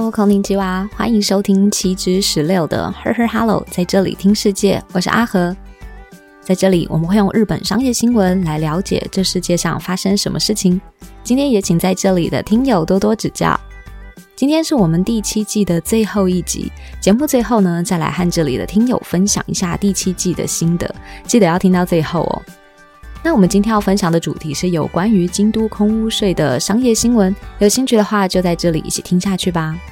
Hello， こんにちは，欢迎收听7之16的 Her Hello， 在这里听世界，我是阿和。在这里我们会用日本商业新闻来了解这世界上发生什么事情。今天也请在这里的听友多多指教。今天是我们第7季的最后一集，节目最后呢，再来和这里的听友分享一下第7季的心得，记得要听到最后哦。那我们今天要分享的主题是有关于京都空屋税的商业新闻，有兴趣的话就在这里一起听下去吧。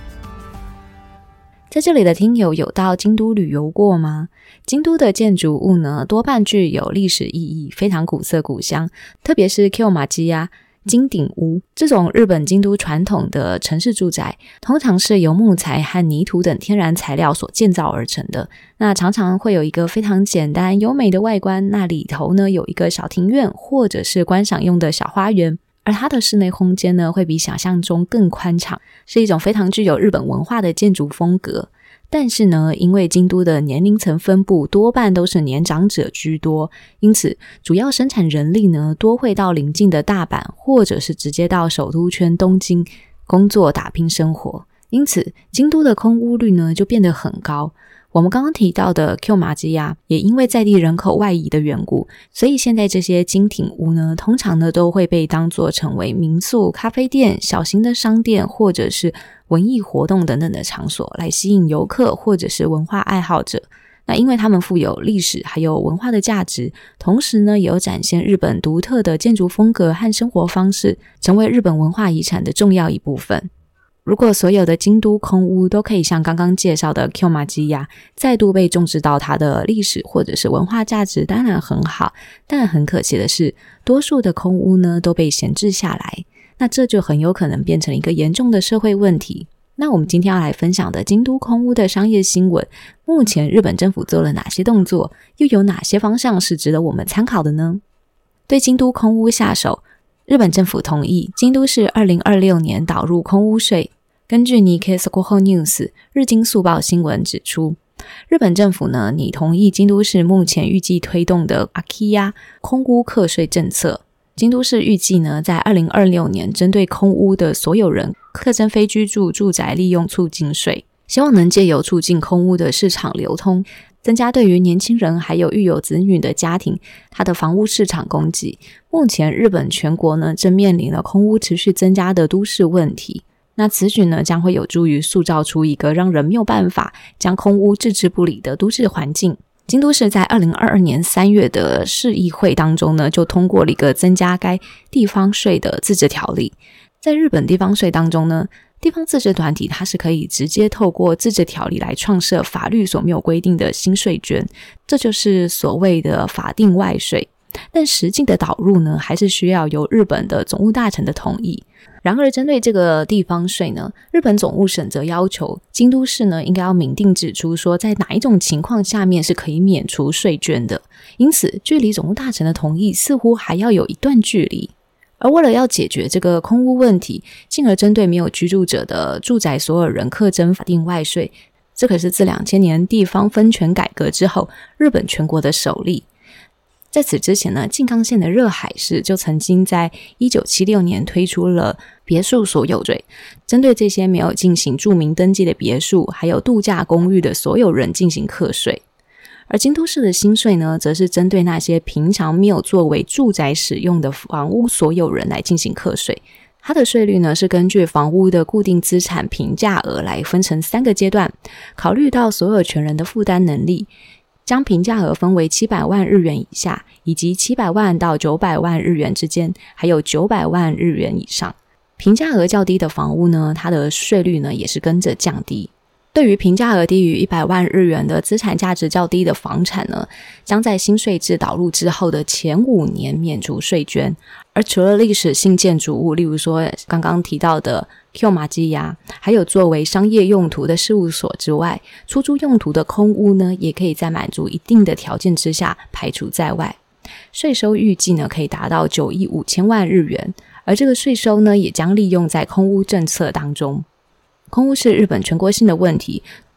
在这里的听友有到京都旅游过吗？京都的建筑物呢，多半具有历史意义，非常古色古香，特别是 Kyomaji 金顶屋这种日本京都传统的城市住宅，通常是由木材和泥土等天然材料所建造而成的。那常常会有一个非常简单优美的外观，那里头呢有一个小庭院或者是观赏用的小花园，而它的室内空间呢会比想象中更宽敞，是一种非常具有日本文化的建筑风格。但是呢，因为京都的年龄层分布多半都是年长者居多，因此主要生产人力呢多会到邻近的大阪或者是直接到首都圈东京工作打拼生活，因此京都的空屋率呢就变得很高。我们刚刚提到的 Kyomaji 也因为在地人口外移的缘故，所以现在这些金町屋呢通常呢都会被当作成为民宿、咖啡店、小型的商店或者是文艺活动等等的场所，来吸引游客或者是文化爱好者。那因为他们富有历史还有文化的价值，同时呢也有展现日本独特的建筑风格和生活方式，成为日本文化遗产的重要一部分。如果所有的京都空屋都可以像刚刚介绍的 Kyomaji 再度被重视到它的历史或者是文化价值，当然很好，但很可惜的是多数的空屋呢都被闲置下来，那这就很有可能变成一个严重的社会问题。那我们今天要来分享的京都空屋的商业新闻，目前日本政府做了哪些动作，又有哪些方向是值得我们参考的呢？对京都空屋下手，日本政府同意京都市2026年导入空屋税。根据 Nikkei Sokoho News 日经速报新闻指出，日本政府呢拟同意京都市目前预计推动的 Akiya 空屋课税政策。京都市预计呢在2026年针对空屋的所有人课征非居住住宅利用促进税，希望能借由促进空屋的市场流通，增加对于年轻人还有育有子女的家庭它的房屋市场供给。目前日本全国呢正面临了空屋持续增加的都市问题，那此举呢将会有助于塑造出一个让人没有办法将空屋置之不理的都市环境。京都市在2022年3月的市议会当中呢就通过了一个增加该地方税的自治条例。在日本地方税当中呢，地方自治团体它是可以直接透过自治条例来创设法律所没有规定的新税捐，这就是所谓的法定外税。但实际的导入呢还是需要由日本的总务大臣的同意。然而针对这个地方税呢，日本总务省则要求京都市呢应该要明定指出说在哪一种情况下面是可以免除税捐的，因此距离总务大臣的同意似乎还要有一段距离。而为了要解决这个空屋问题，进而针对没有居住者的住宅所有人课征法定外税，这可是自2000年地方分权改革之后日本全国的首例。在此之前呢，静冈县的热海市就曾经在1976年推出了别墅所有税，针对这些没有进行住民登记的别墅还有度假公寓的所有人进行课税。而京都市的新税呢，则是针对那些平常没有作为住宅使用的房屋所有人来进行课税。它的税率呢是根据房屋的固定资产评价额来分成3个阶段，考虑到所有权人的负担能力，将评价额分为700万日元以下，以及700万到900万日元之间，还有900万日元以上。评价额较低的房屋呢，它的税率呢也是跟着降低。对于评价额低于100万日元的资产价值较低的房产呢，将在新税制导入之后的前5年免除税捐。而除了历史性建筑物，例如说刚刚提到的 Kyomaji 还有作为商业用途的事务所之外，出租用途的空屋呢，也可以在满足一定的条件之下排除在外。税收预计呢可以达到9亿5千万日元，而这个税收呢也将利用在空屋政策当中。空屋是日本全国性的问题，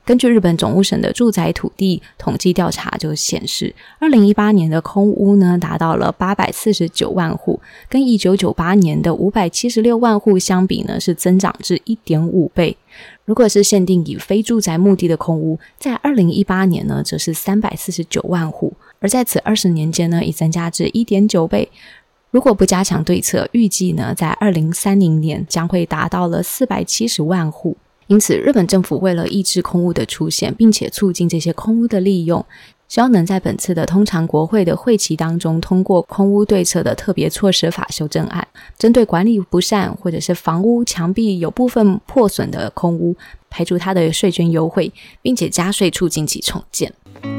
根据日本总务省的住宅土地统计调查就显示，2018年的空屋呢达到了849万户，跟1998年的576万户相比呢是增长至 1.5 倍。如果是限定以非住宅目的的空屋，在2018年呢则是349万户，而在此20年间呢已增加至 1.9 倍。如果不加强对策，预计呢在2030年将会达到了470万户。因此日本政府为了抑制空屋的出现，并且促进这些空屋的利用，希望能在本次的通常国会的会期当中通过空屋对策的特别措施法修正案，针对管理不善或者是房屋墙壁有部分破损的空屋，排除它的税捐优惠，并且加税促进其重建。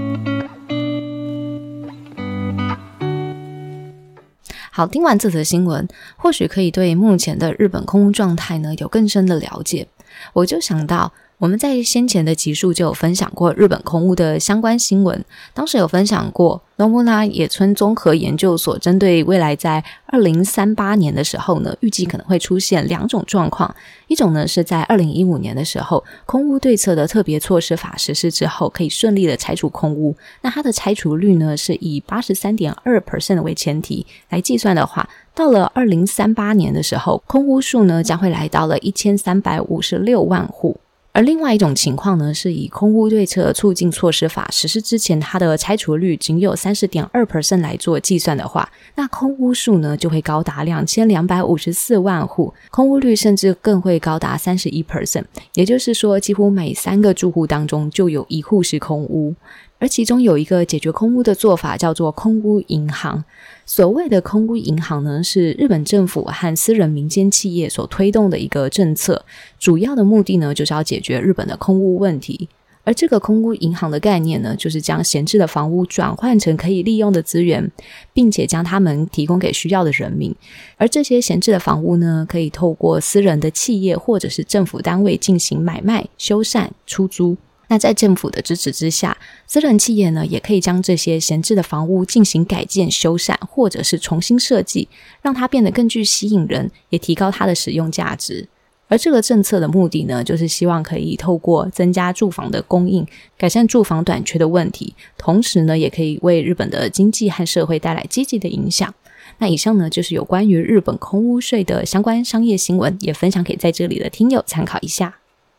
好，听完这则新闻，或许可以对目前的日本空屋状态呢有更深的了解。我就想到我们在先前的集数就有分享过日本空屋的相关新闻，当时有分享过野村野村综合研究所针对未来在2038年的时候呢，预计可能会出现2种状况。一种呢是在2015年的时候，空屋对策的特别措施法实施之后，可以顺利的拆除空屋，那它的拆除率呢是以 83.2% 为前提来计算的话，到了2038年的时候，空屋数呢将会来到了1356万户。而另外一种情况呢，是以空屋对策促进措施法实施之前，它的拆除率仅有 30.2% 来做计算的话，那空屋数呢就会高达2254万户，空屋率甚至更会高达 31%， 也就是说几乎每3个住户当中就有1户是空屋。而其中有一个解决空屋的做法叫做空屋银行。所谓的空屋银行呢，是日本政府和私人民间企业所推动的一个政策，主要的目的呢就是要解决日本的空屋问题。而这个空屋银行的概念呢，就是将闲置的房屋转换成可以利用的资源，并且将它们提供给需要的人民。而这些闲置的房屋呢，可以透过私人的企业或者是政府单位进行买卖、修缮、出租。那在政府的支持之下，私人企业呢也可以将这些闲置的房屋进行改建、修缮，或者是重新设计，让它变得更具吸引人，也提高它的使用价值。而这个政策的目的呢，就是希望可以透过增加住房的供应，改善住房短缺的问题，同时呢也可以为日本的经济和社会带来积极的影响。那以上呢就是有关于日本空屋税的相关商业新闻，也分享给在这里的听友参考一下。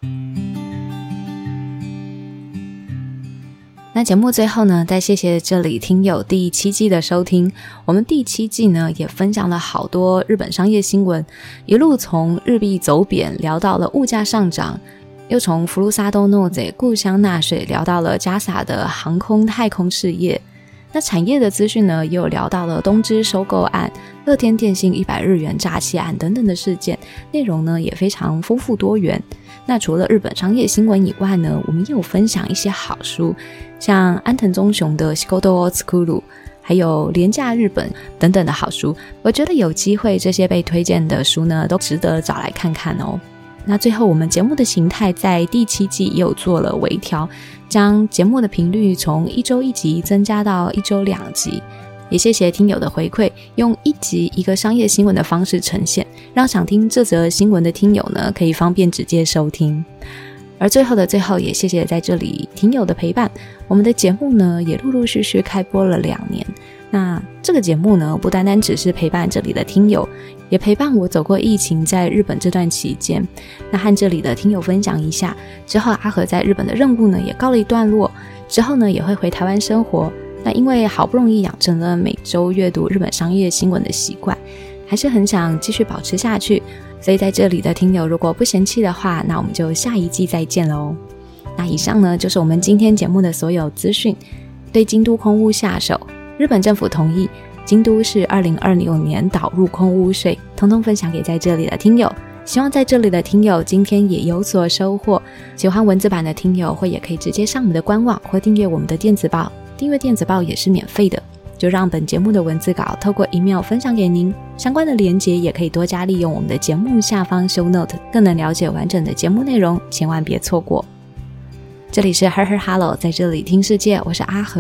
那节目最后呢，再谢谢这里听友第7季的收听。我们第7季呢也分享了好多日本商业新闻，一路从日币走贬聊到了物价上涨，又从福鲁萨多诺贼故乡纳税聊到了JAXA的航空太空事业。那产业的资讯呢，也有聊到了东芝收购案、乐天电信100日元诈欺案等等的事件，内容呢也非常丰富多元。那除了日本商业新闻以外呢，我们也有分享一些好书，像安藤忠雄的仕事を作る，还有廉价日本等等的好书。我觉得有机会这些被推荐的书呢，都值得找来看看哦。那最后我们节目的形态在第7季也有做了微调，将节目的频率从1周1集增加到1周2集。也谢谢听友的回馈，用1集一个商业新闻的方式呈现，让想听这则新闻的听友呢可以方便直接收听。而最后的最后，也谢谢在这里听友的陪伴。我们的节目呢也陆陆续续开播了2年，那这个节目呢不单单只是陪伴这里的听友，也陪伴我走过疫情在日本这段期间。那和这里的听友分享一下，之后阿和在日本的任务呢也告了一段落，之后呢也会回台湾生活。那因为好不容易养成了每周阅读日本商业新闻的习惯，还是很想继续保持下去，所以在这里的听友如果不嫌弃的话，那我们就下一季再见咯。那以上呢就是我们今天节目的所有资讯。对京都空屋下手，日本政府同意京都市2026年导入空屋税，统统分享给在这里的听友。希望在这里的听友今天也有所收获。喜欢文字版的听友，或也可以直接上我们的官网或订阅我们的电子报，订阅电子报也是免费的。就让本节目的文字稿透过 email 分享给您，相关的连结也可以多加利用我们的节目下方 show note， 更能了解完整的节目内容，千万别错过。这里是 Her Hello， 在这里听世界，我是阿和。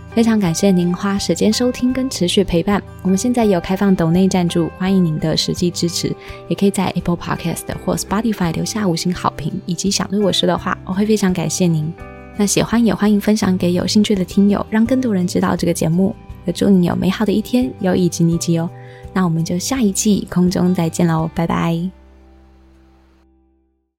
非常感谢您花时间收听跟持续陪伴，我们现在也有开放抖内赞助，欢迎您的实际支持，也可以在 Apple Podcast 或 Spotify 留下5星好评，以及想对我说的话，我会非常感谢您。那喜欢也欢迎分享给有兴趣的听友，让更多人知道这个节目，也祝你有美好的一天，有意及你及哦。那我们就下一季空中再见喽，拜拜。